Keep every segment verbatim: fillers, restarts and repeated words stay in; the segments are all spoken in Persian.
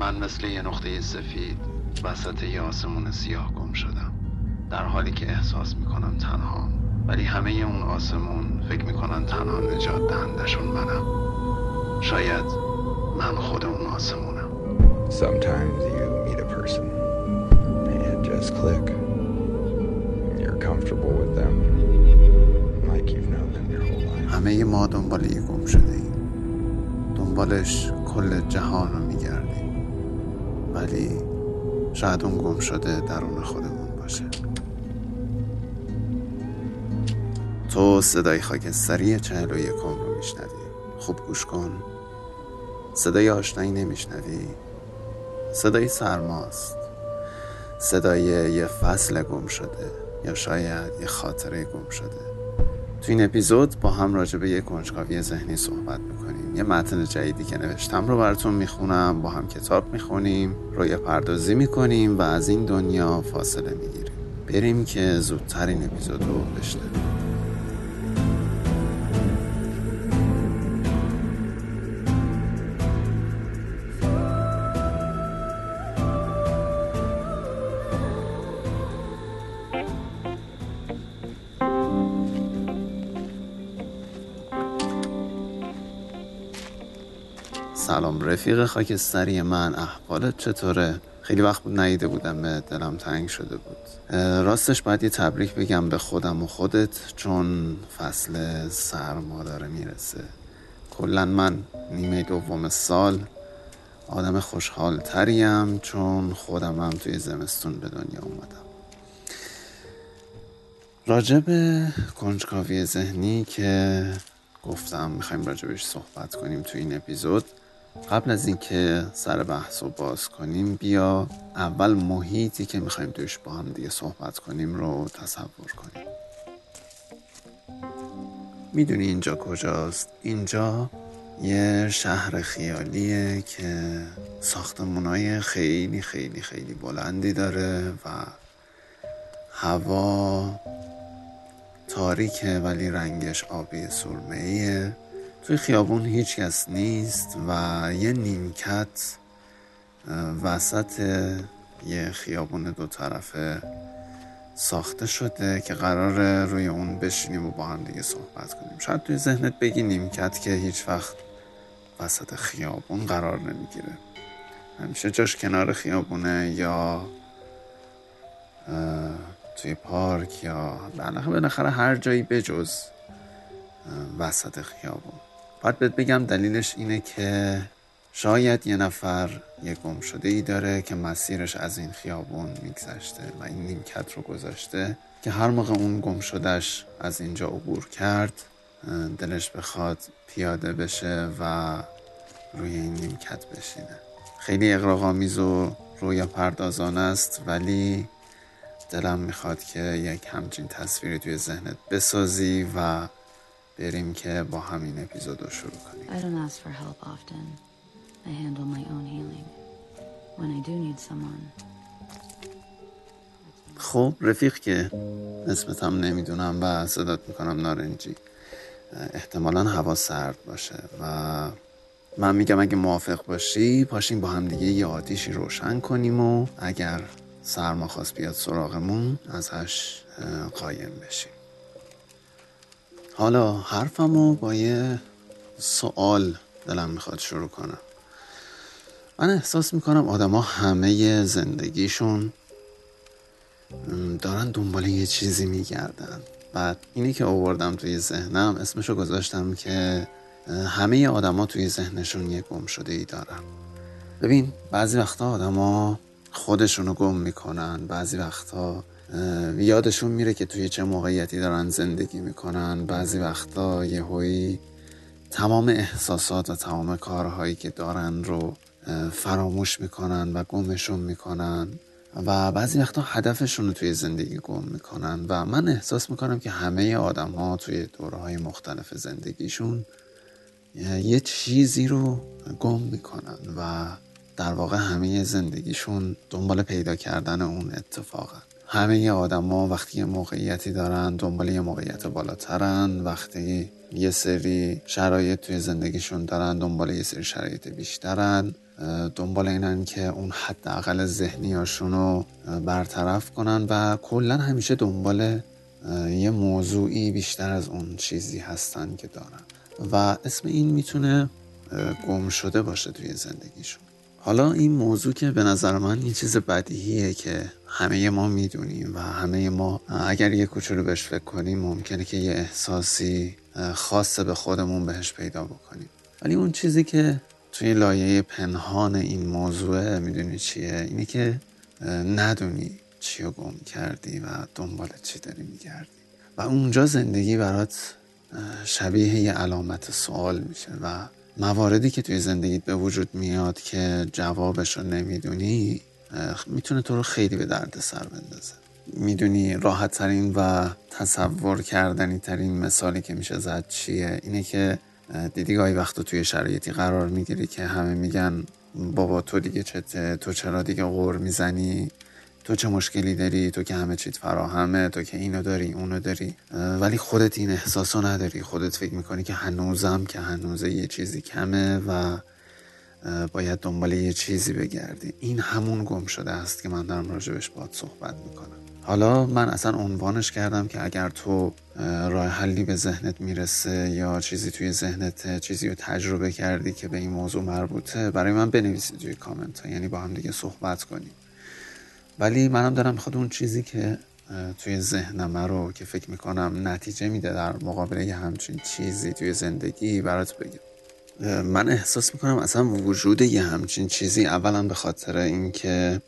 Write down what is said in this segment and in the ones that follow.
من مثل یه نقطه سفید وسط یه آسمون سیاه گم شدم، در حالی که احساس میکنم تنهام، ولی همه اون آسمون فکر میکنن تنها نجات دهندشون منم. شاید من خود اون آسمونم. Sometimes you meet a person and just click. You're comfortable with them like you've known them your whole life. همه ما دنبال یه گم شده ایم، دنبالش کل جهان رو میگردیم، ولی شاید اون گم شده درون خودمون باشه. تو صدای خاکستری چهل و یکم رو میشنوی. خوب گوش کن. صدای آشنایی نمیشنوی. صدای سرماست، صدای یه فصل گم شده یا شاید یه خاطره گم شده. تو این اپیزود با هم راجع به یه کنجکاوی ذهنی صحبت میکنیم. یه متن جدیدی که نوشتم رو براتون میخونم، با هم کتاب میخونیم، روی پردازی میکنیم و از این دنیا فاصله میگیریم. بریم که زودتر این اپیزود رو بشنویم. سلام رفیق خاکستری من، احوالت چطوره؟ خیلی وقت بود ندیده بودم، دلم تنگ شده بود. راستش باید یه تبریک بگم به خودم و خودت، چون فصل سرما داره میرسه. کلا من نیمه دوم سال آدم خوشحال تریم، چون خودم هم توی زمستون به دنیا اومدم. راجع به کنجکاوی ذهنی که گفتم میخوایم راجبش صحبت کنیم تو این اپیزود، قبل از اینکه سر بحث رو باز کنیم، بیا اول محیطی که میخوایم توش با هم دیگه صحبت کنیم رو تصور کنیم. میدونی اینجا کجاست؟ اینجا یه شهر خیالیه که ساختمانای خیلی خیلی خیلی بلندی داره و هوا تاریکه ولی رنگش آبی سرمه‌ایه. توی خیابون هیچ کس نیست و یه نیمکت وسط یه خیابون دو طرفه ساخته شده که قراره روی اون بشینیم و با هم دیگه صحبت کنیم. شاید توی ذهنت بگی نیمکت که هیچ وقت وسط خیابون قرار نمیگیره، همیشه جاش کنار خیابونه یا توی پارک یا بالاخره هر جایی بجز وسط خیابون. باید بهت بگم دلیلش اینه که شاید یه نفر یه گم شده ای داره که مسیرش از این خیابون میگذشته و این نیمکت رو گذاشته که هر موقع اون گم شدهش از اینجا عبور کرد، دلش بخواد پیاده بشه و روی این نیمکت بشینه. خیلی اغراق‌آمیز و رویا پردازانه است، ولی دلم میخواد که یک همچین تصویری توی ذهنت بسازی و بریم که با همین اپیزود رو شروع کنیم. I don't ask for help often. I handle my own healing. When I do need someone. خب رفیق که اسمت هم نمیدونم و صدات میکنم نارنجی، احتمالاً هوا سرد باشه و من میگم اگه موافق باشی پاشیم با هم دیگه یه آتیشی روشن کنیم و اگر سرما خواست بیاد سراغمون ازش قایم بشیم. حالا حرفمو با یه سوال دلم میخواد شروع کنم. من احساس میکنم آدم ها همه زندگیشون دارن دنبال یه چیزی میگردن. بعد اینی که آوردم توی ذهنم اسمشو گذاشتم که همه آدم ها توی ذهنشون یه گم شده ای دارن. ببین بعضی وقتا آدم ها خودشونو گم میکنن، بعضی وقتا یادشون میره که توی چه موقعیتی دارن زندگی میکنن، بعضی وقتا یهویی تمام احساسات و تمام کارهایی که دارن رو فراموش میکنن و گمشون میکنن و بعضی وقتا هدفشون رو توی زندگی گم میکنن و من احساس میکنم که همه آدم ها توی دوره‌های مختلف زندگیشون یه چیزی رو گم میکنن و در واقع همه زندگیشون دنبال پیدا کردن اون اتفاقن. همه آدم ها وقتی یه موقعیتی دارن دنبال یه موقعیت بالاترن، وقتی یه سری شرایط توی زندگیشون دارن دنبال یه سری شرایط بیشترن دنبال اینن که اون حداقل ذهنیاشون رو برطرف کنن و کلا همیشه دنبال یه موضوعی بیشتر از اون چیزی هستن که دارن و اسم این میتونه گم شده باشه توی زندگیشون. حالا این موضوع که به نظر من یه چیز بدیهیه که همه ما میدونیم و همه ما اگر یه کوچولو بهش فکر کنیم ممکنه که یه احساسی خاص به خودمون بهش پیدا بکنیم، ولی اون چیزی که توی لایه پنهان این موضوع میدونی چیه؟ اینه که ندونی چی رو گم کردی و دنبال چی داری میگردی و اونجا زندگی برات شبیه یه علامت سوال میشه و مواردی که توی زندگیت به وجود میاد که جوابش رو نمیدونی میتونه تو رو خیلی به درد سر بندازه. میدونی راحت ترین و تصور کردنی ترین مثالی که میشه زد چیه؟ اینه که دیدی گاهی وقتا توی شرایطی قرار میگیری که همه میگن بابا تو دیگه چته، تو چرا دیگه غر میزنی، تو چه مشکلی داری، تو که همه چیت فراهمه، تو که اینو داری اونو داری، ولی خودت این احساسو نداری. خودت فکر میکنی که هنوزم که هنوزه یه چیزی کمه و باید دنبال یه چیزی بگردی. این همون گم شده است که من دارم راجبش باهات صحبت میکنم. حالا من اصلا عنوانش کردم که اگر تو راه حلی به ذهنت میرسه یا چیزی توی ذهنت، چیزی رو تجربه کردی که به این موضوع مربوطه، برای من بنویسی توی کامنت ها، یعنی با هم دیگه صحبت کنیم. ولی منم دارم میخواد اون چیزی که توی ذهنم رو که فکر میکنم نتیجه میده در مقابل یه همچین چیزی توی زندگی برات بگم. من احساس میکنم اصلا وجود یه همچین چیزی اولا به خاطر اینکه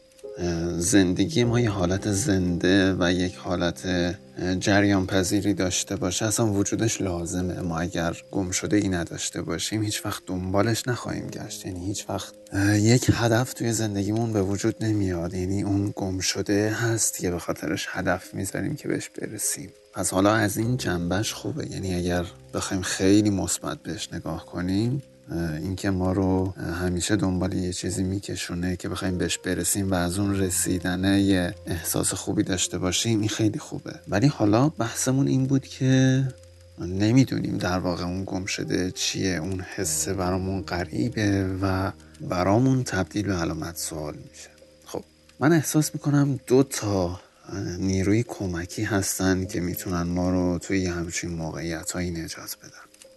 زندگی ما یه حالت زنده و یک حالت جریان پذیری داشته باشه اصلا وجودش لازمه. ما اگر گم شده ای نداشته باشیم هیچ وقت دنبالش نخواهیم گشت، یعنی هیچ وقت یک هدف توی زندگیمون به وجود نمیاد، یعنی اون گم شده هست که به خاطرش هدف میذاریم که بهش برسیم. پس حالا از این جنبش خوبه، یعنی اگر بخوایم خیلی مثبت بهش نگاه کنیم این که ما رو همیشه دنبال یه چیزی میکشونه که بخوایم بهش برسیم و از اون رسیدنه یه احساس خوبی داشته باشیم، این خیلی خوبه. ولی حالا بحثمون این بود که نمیدونیم در واقع اون گم شده چیه، اون حسه برامون غریبه و برامون تبدیل به علامت سوال میشه. خب من احساس میکنم دو تا نیروی کمکی هستن که میتونن ما رو توی همچین موقعیت‌هایی نجات بدن.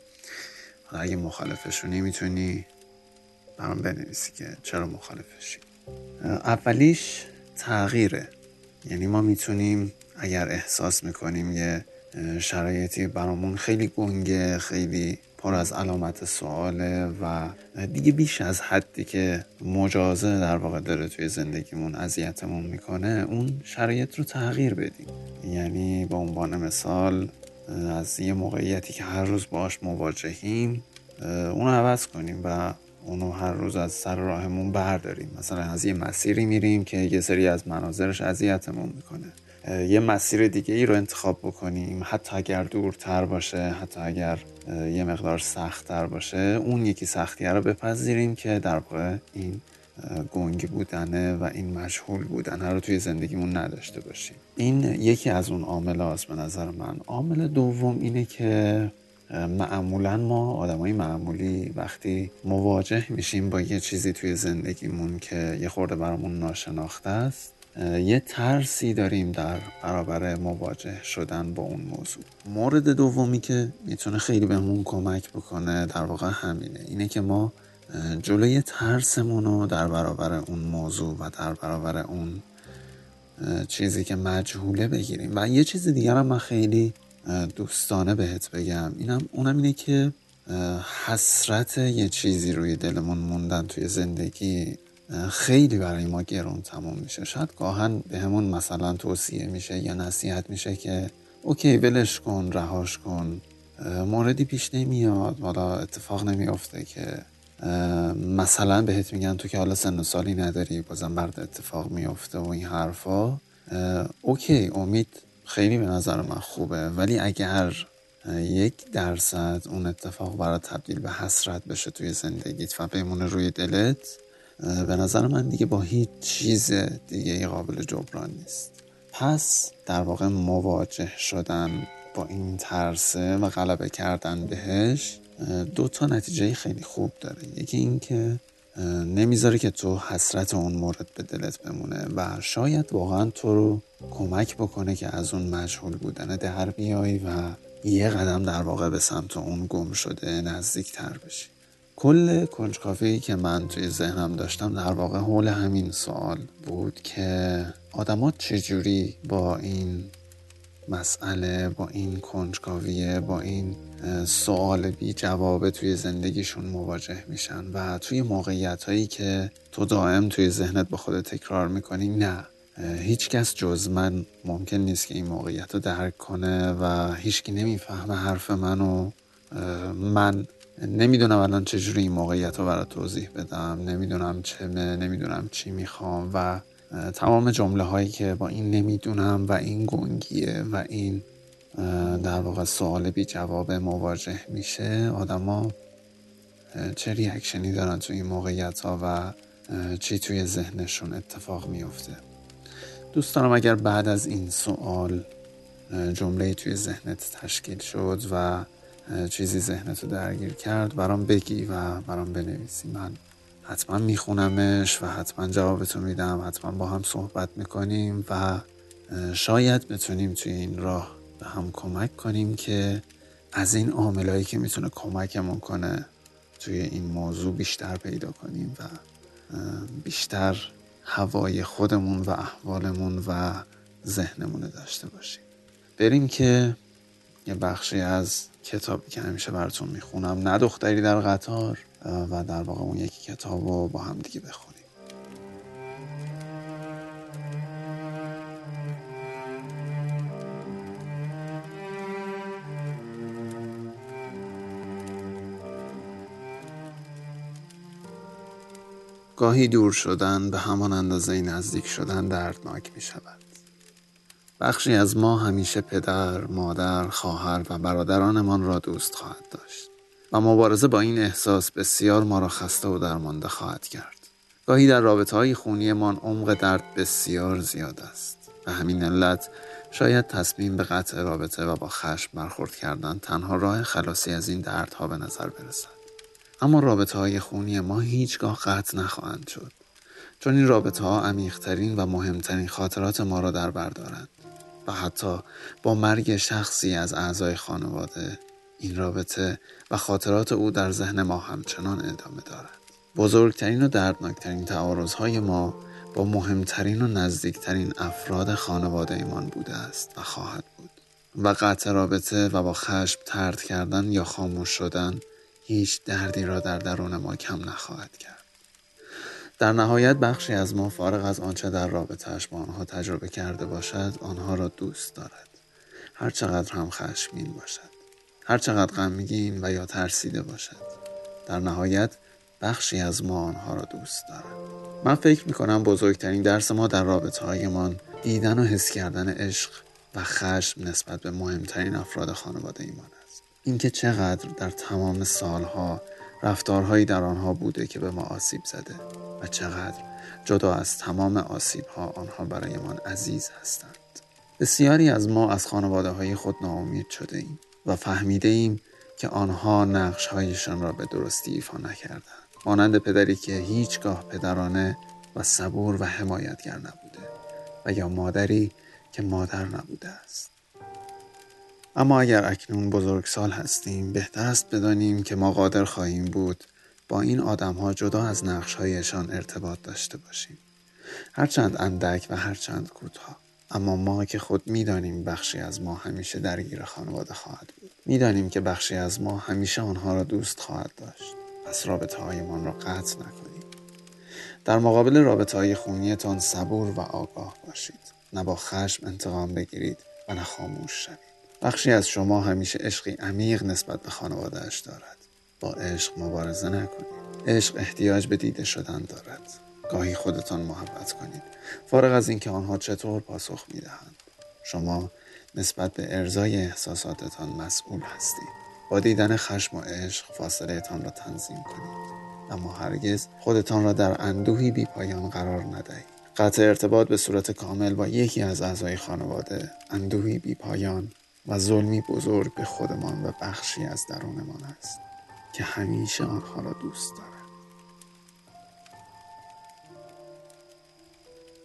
اگه مخالفشونی میتونی برام بنویسی که چرا مخالفشی. اولیش تغییره، یعنی ما میتونیم اگر احساس میکنیم یه شرایطی برامون خیلی گنگه، خیلی پر از علامت سواله و دیگه بیش از حدی که مجازه در واقع داره توی زندگیمون اذیتمون میکنه، اون شرایط رو تغییر بدیم. یعنی به عنوان مثال از یه موقعیتی که هر روز باهاش مواجهیم اونو عوض کنیم و اونو هر روز از سر راهمون برداریم. مثلا از یه مسیری میریم که یه سری از مناظرش اذیتمون میکنه، یه مسیر دیگه ای رو انتخاب بکنیم، حتی اگر دورتر باشه، حتی اگر یه مقدار سخت‌تر باشه، اون یکی سختیه رو بپذیریم که در واقع این گنگ بودنه و این مجهول بودنه رو توی زندگیمون نداشته باشیم. این یکی از اون عامل‌هاست به نظر من. عامل دوم اینه که معمولاً ما آدمای معمولی وقتی مواجه میشیم با یه چیزی توی زندگیمون که یه خورده برامون ناشناخته است، یه ترسی داریم در برابر مواجه شدن با اون موضوع. مورد دومی که میتونه خیلی بهمون کمک بکنه در واقع همینه، اینه که ما جلوی ترسمون رو در برابر اون موضوع و در برابر اون چیزی که مجهوله بگیریم. و یه چیز دیگر هم من خیلی دوستانه بهت بگم، اینم اونم اینه که حسرت یه چیزی روی دلمون موندن توی زندگی خیلی برای ما گران تموم میشه. شاید گاهن به همون مثلا توصیه میشه یا نصیحت میشه که اوکی ولش کن، رهاش کن، موردی پیش نمیاد، حالا اتفاق نمیافته که مثلا بهت میگن تو که حالا سن و سالی نداری بازم برات اتفاق میافته و این حرفا. اوکی، امید خیلی به نظر من خوبه، ولی اگر یک درصد اون اتفاق برات تبدیل به حسرت بشه توی زندگیت و بمونه روی دلت، به نظر من دیگه با هیچ چیز دیگه قابل جبران نیست. پس در واقع مواجه شدن با این ترسه و غلبه کردن بهش دو تا نتیجه خیلی خوب داره. یکی این که نمیذاره که تو حسرت اون مورد به دلت بمونه و شاید واقعا تو رو کمک بکنه که از اون مجهول بودن در بیای و یه قدم در واقع به سمت اون گم شده نزدیک تر بشی. کل کنجکاویی که من توی ذهنم داشتم در واقع حول همین سوال بود که آدم‌ها چجوری با این مسئله، با این کنجکاویه، با این سوال بی جواب توی زندگیشون مواجه میشن و توی موقعیت هایی که تو دائم توی ذهنت با خودت تکرار میکنی نه هیچ کس جز من ممکن نیست که این موقعیت رو درک کنه و هیچکی نمیفهمه حرف منو، من نمیدونم الان چجوری این موقعیت رو برای توضیح بدم، نمیدونم چه نمیدونم چی میخوام و تمام جمله هایی که با این نمیدونم و این گنگیه و این در واقع سوال بی جواب مواجه میشه، آدم ها چه ریاکشنی دارن توی این موقعیت ها و چی توی ذهنشون اتفاق میفته. دوست دارم اگر بعد از این سوال جمله توی ذهنت تشکیل شد و چیزی ذهنتو درگیر کرد برام بگی و برام بنویسی. من حتما میخونمش و حتما جوابتو میدم، حتما با هم صحبت میکنیم و شاید بتونیم توی این راه به هم کمک کنیم که از این عاملایی که میتونه کمکمون کنه توی این موضوع بیشتر پیدا کنیم و بیشتر هوای خودمون و احوالمون و ذهنمون داشته باشیم. بریم که یه بخشی از کتابی که همیشه براتون میخونم، نه دختری در قطار، و در واقع اون یکی کتاب رو با هم دیگه بخونیم. گاهی دور شدن به همان اندازه نزدیک شدن دردناک می شود. بخشی از ما همیشه پدر، مادر، خواهر و برادرانمان را دوست خواهد داشت و مبارزه با این احساس بسیار ما را خسته و درمانده خواهد کرد. گاهی در رابطه‌های خونی‌مان عمق درد بسیار زیاد است. به همین علت شاید تصمیم به قطع رابطه و با خشم برخورد کردن تنها راه خلاصی از این دردها به نظر برسد. اما رابطه‌های خونی ما هیچگاه قطع نخواهند شد، چون این رابطه‌ها عمیق‌ترین و مهمترین خاطرات ما را در بر دارند و حتی با مرگ شخصی از اعضای خانواده این رابطه و خاطرات او در ذهن ما همچنان ادامه دارد. بزرگترین و دردناکترین تعارض‌های ما با مهمترین و نزدیکترین افراد خانواده ایمان بوده است و خواهد بود و قطع رابطه و با خشم طرد کردن یا خاموش شدن هیچ دردی را در درون ما کم نخواهد کرد. در نهایت بخشی از ما فارغ از آنچه در رابطه‌اش با آنها تجربه کرده باشد آنها را دوست دارد، هر چقدر هم خشمگین باشد، هر چقدر غمگین و یا ترسیده باشد. در نهایت بخشی از ما آنها را دوست دارد. من فکر می‌کنم بزرگترین درس ما در رابطه‌هایمان دیدن و حس کردن عشق و خشم نسبت به مهمترین افراد خانواده ایمان است. اینکه چقدر در تمام سالها رفتارهایی در آنها بوده که به ما آسیب زده و چقدر جدا از تمام آسیبها آنها برایمان عزیز هستند. بسیاری از ما از خانواده‌های خود ناامید شده ایم و فهمیده ایم که آنها نقش‌هایشان را به درستی ایفا نکردند. مانند پدری که هیچگاه پدرانه و صبور و حمایتگر نبوده و یا مادری که مادر نبوده است. اما اگر اکنون بزرگسال هستیم بهتر است بدانیم که ما قادر خواهیم بود با این آدم‌ها جدا از نقش‌هایشان ارتباط داشته باشیم، هرچند اندک و هرچند کوتاه. اما ما که خود می‌دانیم بخشی از ما همیشه درگیر خانواده خواهد بود، می‌دانیم که بخشی از ما همیشه آنها را دوست خواهد داشت، پس رابطه‌هایمان را قطع نکنیم. در مقابل رابطه‌های خونیتان صبور و آگاه باشید، نه با خشم انتقام بگیرید و نه خاموش شوید. بخشی از شما همیشه عشقی عمیق نسبت به خانواده‌اش دارد. با عشق مبارزه نکنید. عشق احتیاج به دیده شدن دارد. گاهی خودتان محبت کنید، فارغ از اینکه آنها چطور پاسخ می‌دهند. شما نسبت به ارضای احساساتتان مسئول هستید. با دیدن خشم و عشق فاصله تان را تنظیم کنید، اما هرگز خودتان را در اندوهی بی پایان قرار ندهید. قطع ارتباط به صورت کامل با یکی از اعضای خانواده اندوهی بی پایان و ظلمی بزرگ به خودمان و بخشی از درونمان است که همیشه آنها را دوست دارد.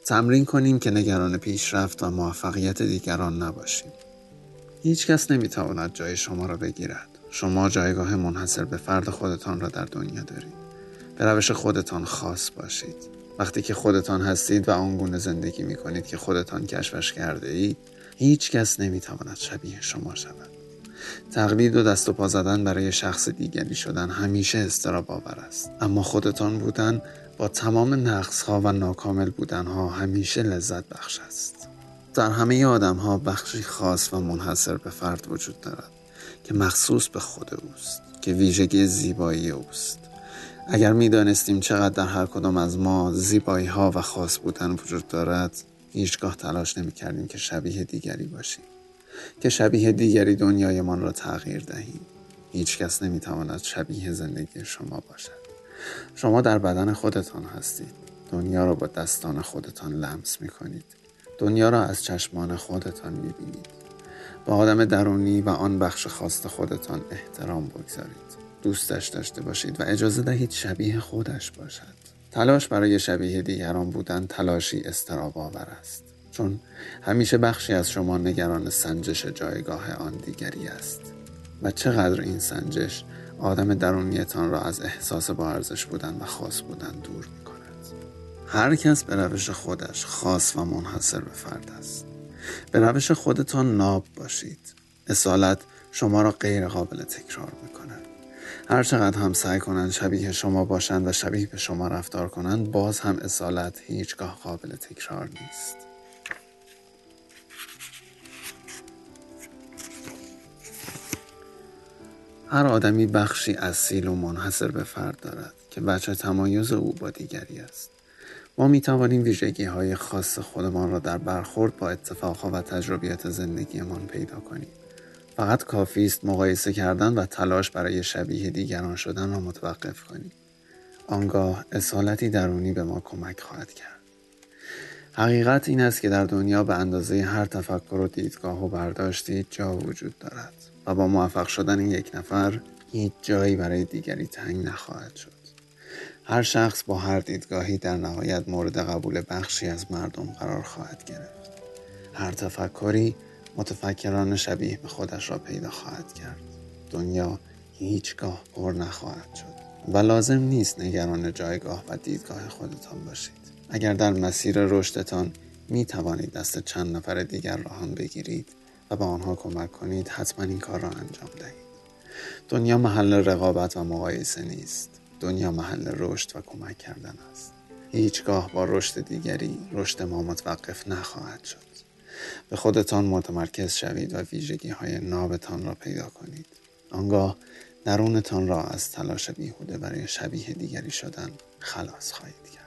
تمرین کنیم که نگران پیشرفت و موفقیت دیگران نباشیم. هیچ کس نمیتواند جای شما را بگیرد. شما جایگاه منحصر به فرد خودتان را در دنیا دارید. به روش خودتان خاص باشید. وقتی که خودتان هستید و آنگونه زندگی میکنید که خودتان کشفش کرده اید، هیچ کس نمیتواند شبیه شما شود. تقلید و دست و پا زدن برای شخص دیگری شدن همیشه اضطراب آور است، اما خودتان بودن با تمام نقص‌ها و ناکامل بودن‌ها همیشه لذت بخش است. در همه آدم‌ها بخشی خاص و منحصر به فرد وجود دارد که مخصوص به خود اوست، که ویژگی زیبایی اوست. اگر می‌دانستیم چقدر در هر کدام از ما زیبایی‌ها و خاص بودن وجود دارد، هیچگاه تلاش نمی‌کردیم که شبیه دیگری باشیم، که شبیه دیگری دنیایمان را تغییر دهیم. هیچ کس نمی‌تواند شبیه زندگی شما باشد. شما در بدن خودتان هستید. دنیا را با دستان خودتان لمس می‌کنید. دنیا را از چشمان خودتان می‌بینید. با آدم درونی و آن بخش خاص خودتان احترام بگذارید. دوستش داشته باشید و اجازه دهید شبیه خودش باشد. تلاش برای شبیه دیگران بودن تلاشی اضطراب آور است، چون همیشه بخشی از شما نگران سنجش جایگاه آن دیگری است و چقدر این سنجش آدم درونیتان را از احساس با ارزش بودن و خاص بودن دور می کند. هر کس به روش خودش خاص و منحصر به فرد است. به روش خودتان ناب باشید. اصالت شما را غیر قابل تکرار می کند. هر چقدر هم سعی کنند شبیه شما باشند و شبیه به شما رفتار کنند، باز هم اصالت هیچگاه قابل تکرار نیست. هر آدمی بخشی اصیل و منحصر به فرد دارد که بچه تمایز او با دیگری است. ما می توانیم ویژگی های خاص خودمان را در برخورد با اتفاقها و تجربیات زندگیمان پیدا کنیم. فقط کافی است مقایسه کردن و تلاش برای شبیه دیگران شدن را متوقف کنیم. آنگاه اصالتی درونی به ما کمک خواهد کرد. حقیقت این است که در دنیا به اندازه هر تفکر و دیدگاه و برداشتی جا وجود دارد و با موفق شدن یک نفر هیچ جایی برای دیگری تنگ نخواهد شد. هر شخص با هر دیدگاهی در نهایت مورد قبول بخشی از مردم قرار خواهد گرفت. هر تفکری متفکران شبیه به خودش را پیدا خواهد کرد. دنیا هیچگاه پر نخواهد شد و لازم نیست نگران جایگاه و دیدگاه خودتان باشید. اگر در مسیر رشدتان می توانید دست چند نفر دیگر را هم بگیرید و به آنها کمک کنید، حتما این کار را انجام دهید. دنیا محل رقابت و مقایسه نیست. دنیا محل رشد و کمک کردن است. هیچگاه با رشد دیگری رشد ما متوقف نخواهد شد. به خودتان متمرکز شوید و ویژگی های نابتان را پیدا کنید. آنگاه درونتان را از تلاش بیهوده برای شبیه دیگری شدن خلاص خواهید کرد.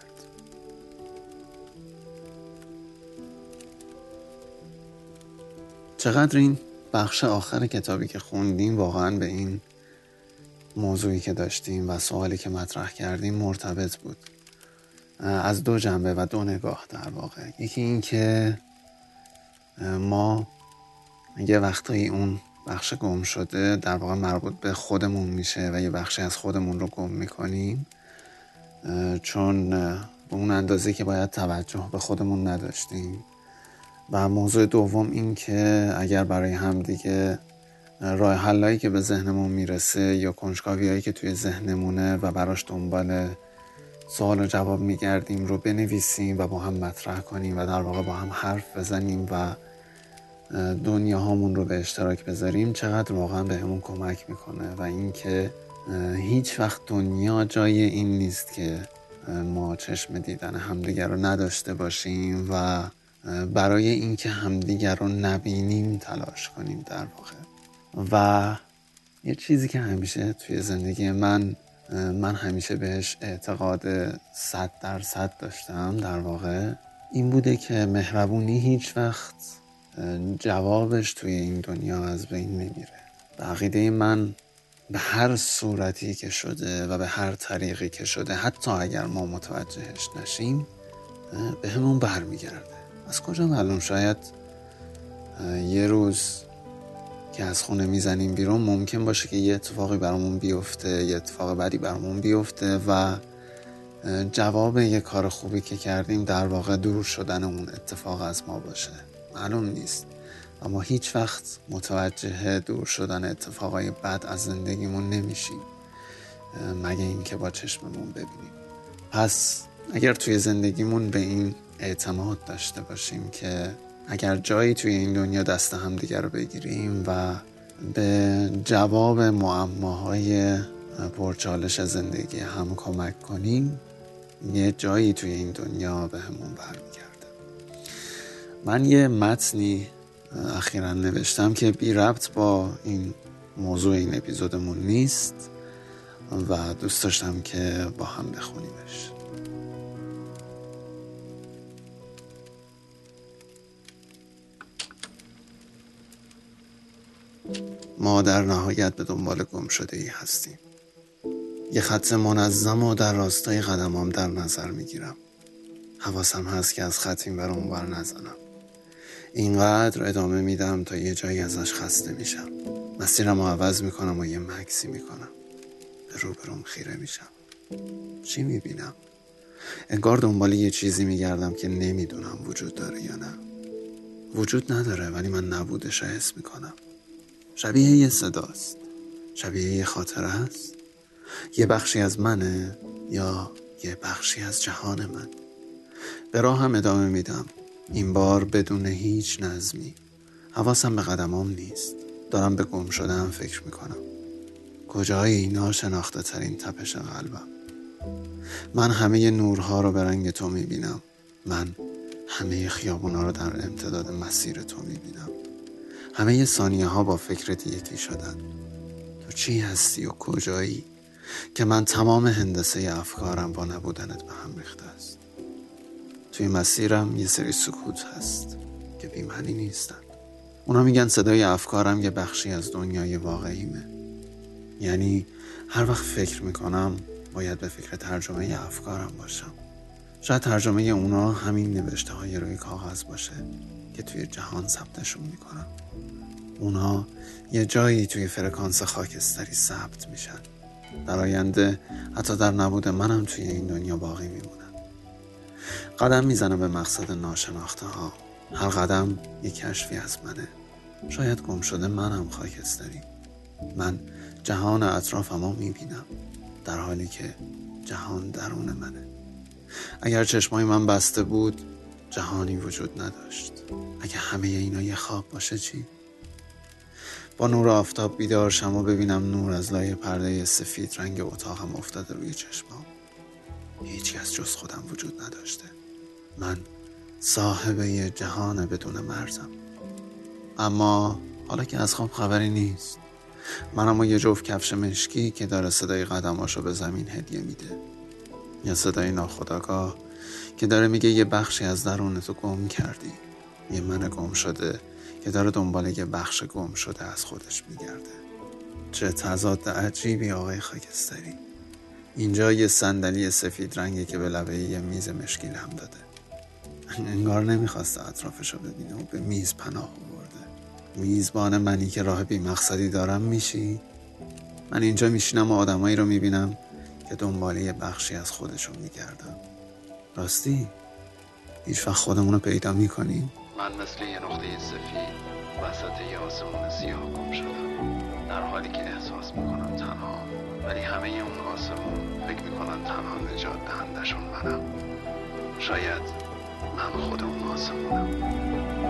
چقدر این بخش آخر کتابی که خوندیم واقعا به این موضوعی که داشتیم و سوالی که مطرح کردیم مرتبط بود، از دو جنبه و دو نگاه در واقع. یکی این که ما یه وقتایی اون بخش گم شده در واقع مربوط به خودمون میشه و یه بخشی از خودمون رو گم میکنیم، چون به اون اندازه که باید توجه به خودمون نداشتیم. و موضوع دوم این که اگر برای هم دیگه راه حلایی که به ذهنمون میرسه یا کنجکاویایی که توی ذهنمونه و براش دنبال سوال و جواب میگردیم رو بنویسیم و با هم مطرح کنیم و در واقع با هم حرف بزنیم و دنیاهامون رو به اشتراک بذاریم، چقدر واقعا بهمون کمک میکنه. و این که هیچ وقت دنیا جای این نیست که ما چشم دیدن همدیگر رو نداشته باشیم و برای اینکه همدیگر رو نبینیم تلاش کنیم در واقع. و یه چیزی که همیشه توی زندگی من من همیشه بهش اعتقاد صد درصد داشتم در واقع این بوده که مهربونی هیچ وقت جوابش توی این دنیا از بین نمیره. به عقیده من به هر صورتی که شده و به هر طریقی که شده، حتی اگر ما متوجهش نشیم، به همون برمیگرده. از کجا معلوم؟ شاید یه روز که از خونه میزنیم بیرون ممکن باشه که یه اتفاقی برامون بیفته، یه اتفاق بدی برامون بیفته و جواب یه کار خوبی که کردیم در واقع دور شدن اون اتفاق از ما باشه. معلوم نیست، اما هیچ وقت متوجه دور شدن اتفاقای بد از زندگیمون نمیشیم مگه اینکه با چشممون ببینیم. پس اگر توی زندگیمون به این اعتماد داشته باشیم که اگر جایی توی این دنیا دست هم دیگر رو بگیریم و به جواب معماهای پرچالش زندگی هم کمک کنیم، یه جایی توی این دنیا به همون برمیگرده. من یه متنی اخیراً نوشتم که بی ربط با این موضوع این اپیزودمون نیست و دوست داشتم که با هم بخونیمش. ما در نهایت به دنبال گم شده ای هستیم. یه خط منظم و در راستای قدمام در نظر میگیرم. حواسم هست که از خط این ور اون ور نزنم. اینقدر ادامه میدم تا یه جایی ازش خسته میشم. مسیرم رو عوض میکنم و یه مکسی میکنم. به روبروم خیره میشم. چی میبینم؟ انگار دنبال یه چیزی میگردم که نمیدونم وجود داره یا نه. وجود نداره ولی من نبودش حس میکنم. شبیه یه صداست، شبیه یه خاطره هست، یه بخشی از منه یا یه بخشی از جهان من. به راه هم ادامه میدم، این بار بدون هیچ نظمی. حواسم به قدمام نیست، دارم به گم شدم فکر میکنم. کجای ناشناخته ترین تپش قلبم. من همه نورها رو به رنگ تو میبینم. من همه خیابونا رو در امتداد مسیر تو میبینم. همه ثانیه ها با فکرت یکی شدن. تو چی هستی و کجایی که من تمام هندسه افکارم با نبودنت به هم ریخته است. توی مسیرم یه سری سکوت هست که بی معنی نیستن. اونا میگن صدای افکارم یه بخشی از دنیای واقعیمه. یعنی هر وقت فکر میکنم باید به فکر ترجمه افکارم باشم. شاید ترجمه اونا همین نوشته های روی کاغذ باشه که توی جهان ثبتشون میکنم. اونا یه جایی توی فرکانس خاکستری ثبت میشن. در آینده حتی در نبود منم توی این دنیا باقی میمونن. قدم میزنم به مقصد ناشناخته ها. هر قدم یک کشفی از منه. شاید گم شده منم خاکستری. من جهان اطرافمو میبینم در حالی که جهان درون منه. اگر چشمای من بسته بود جهانی وجود نداشت. اگه همه اینا یه خواب باشه چی؟ با نور آفتاب بیدار شم و ببینم نور از لای پرده سفید رنگ اتاقم افتاده روی چشمام. هیچ کس جز خودم وجود نداشته. من صاحب یه جهان بدون مرزم. اما حالا که از خواب خبری نیست. من اما یه جفت کفش مشکی که داره صدای قدماشو به زمین هدیه میده. یا صدای ناخودآگاه که داره میگه یه بخشی از درونتو گم کردی. یه من گم شده که داره دنبال یه بخش گم شده از خودش میگرده. چه تضاد عجیبی آقای خاکستری. اینجا یه صندلی سفید رنگی که به لبه یه میز مشکیل هم داده. انگار نمیخواسته اطرافشو ببینه و به میز پناه آورده. میزبان منی که راه بی مقصدی دارم میشی؟ من اینجا میشینم و آدمایی رو میبینم که دنبال یه بخشی از خودشون میگردن. راستی هیچ وقت خودمون رو پیدا میکنیم؟ من مثل یه نقطه سفید وسط یه آسمون سیاه گم شدم، در حالی که احساس میکنم تنها، ولی همه اون آسمون فکر میکنن تنها نجات دهندشون منم. شاید من خود اون آسمونم.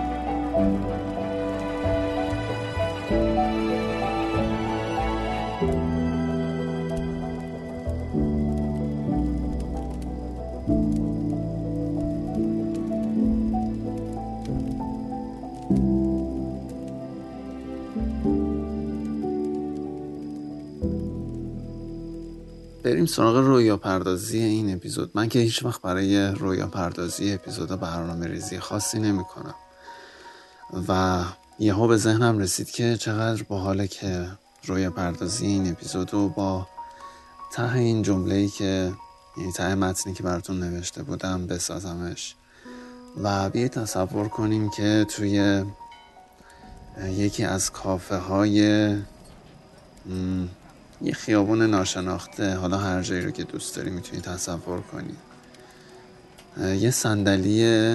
بریم سراغ رویا پردازی این اپیزود. من که هیچ وقت برای رویا پردازی اپیزودا برنامه ریزی خاصی نمی کنم و یهو به ذهنم رسید که چقدر باحاله که رویا پردازی این اپیزودو با ته این جمله‌ای که یعنی ته متنی که براتون نوشته بودم بسازمش و بیایید تصور کنیم که توی یکی از کافه های یه خیابون ناشناخته، حالا هر جایی رو که دوست داری میتونی تصور کنی. یه صندلی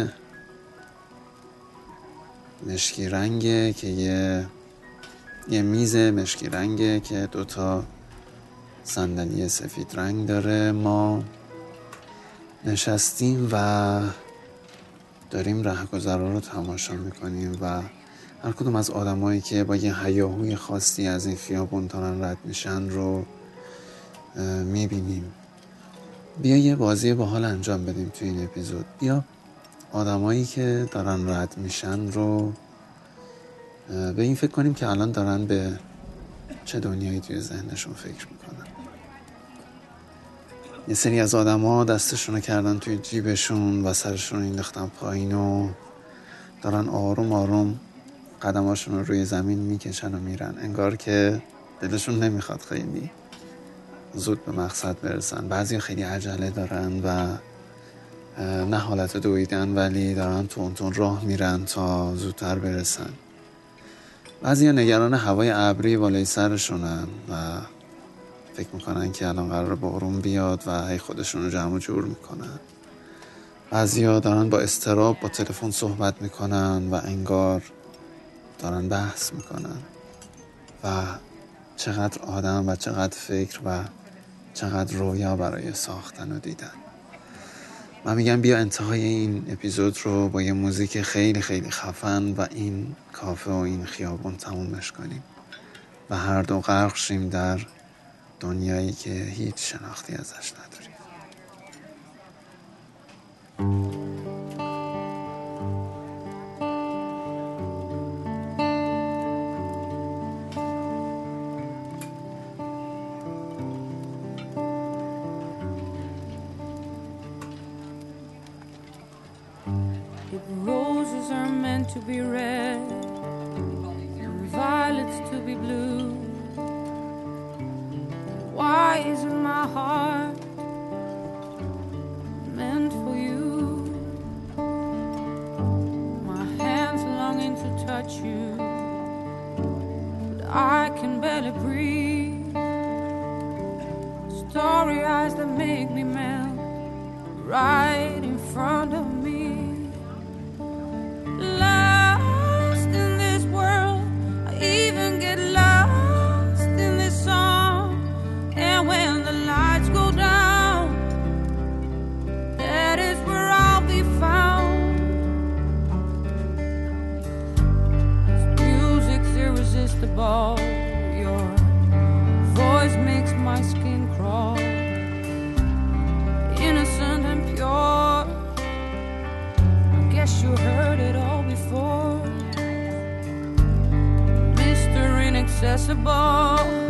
مشکی رنگه که یه یه میز مشکی رنگه که دوتا صندلی سفید رنگ داره. ما نشستیم و داریم رهگذرا رو تماشا میکنیم و هر کدوم از آدمایی که با یه هیاهوی خاصی از این خیابون دارن رد میشن رو میبینیم. بیا یه بازی باحال انجام بدیم توی این اپیزود. بیا آدمایی که دارن رد میشن رو به این فکر کنیم که الان دارن به چه دنیایی توی ذهنشون فکر میکنن. یه سری از آدما دستشون رو کردن توی جیبشون و سرشون رو انداختن پایین و دارن آروم آروم قدماشون رو روی زمین میکشن و میرن، انگار که دلشون نمیخواد خیلی زود به مقصد برسن. بعضی خیلی عجله دارن و نه حالت دویدن، ولی دارن تون تون راه میرن تا زودتر برسن. بعضی نگران هوای ابری بالای سرشونن و فکر میکنن که الان قراره بارون بیاد و هی خودشون رو جمع و جور میکنن. بعضی دارن با اضطراب با تلفن صحبت میکنن و انگار دارن بحث میکنن. و چقدر آدم و چقدر فکر و چقدر رویا برای ساختن و دیدن. من میگم بیا انتهای این اپیزود رو با یه موزیک خیلی خیلی خفن و این کافه و این خیابون تمومش کنیم و هر دو غرق شیم در دنیایی که هیچ شناختی ازش نداریم. Roses are meant to be red, and violets to be blue. Why isn't my heart meant for you? My hands longing to touch you, but I can barely breathe. Starry eyes that make me melt right in front of me. Your voice makes my skin crawl, innocent and pure. I guess you heard it all before, Mister Inaccessible.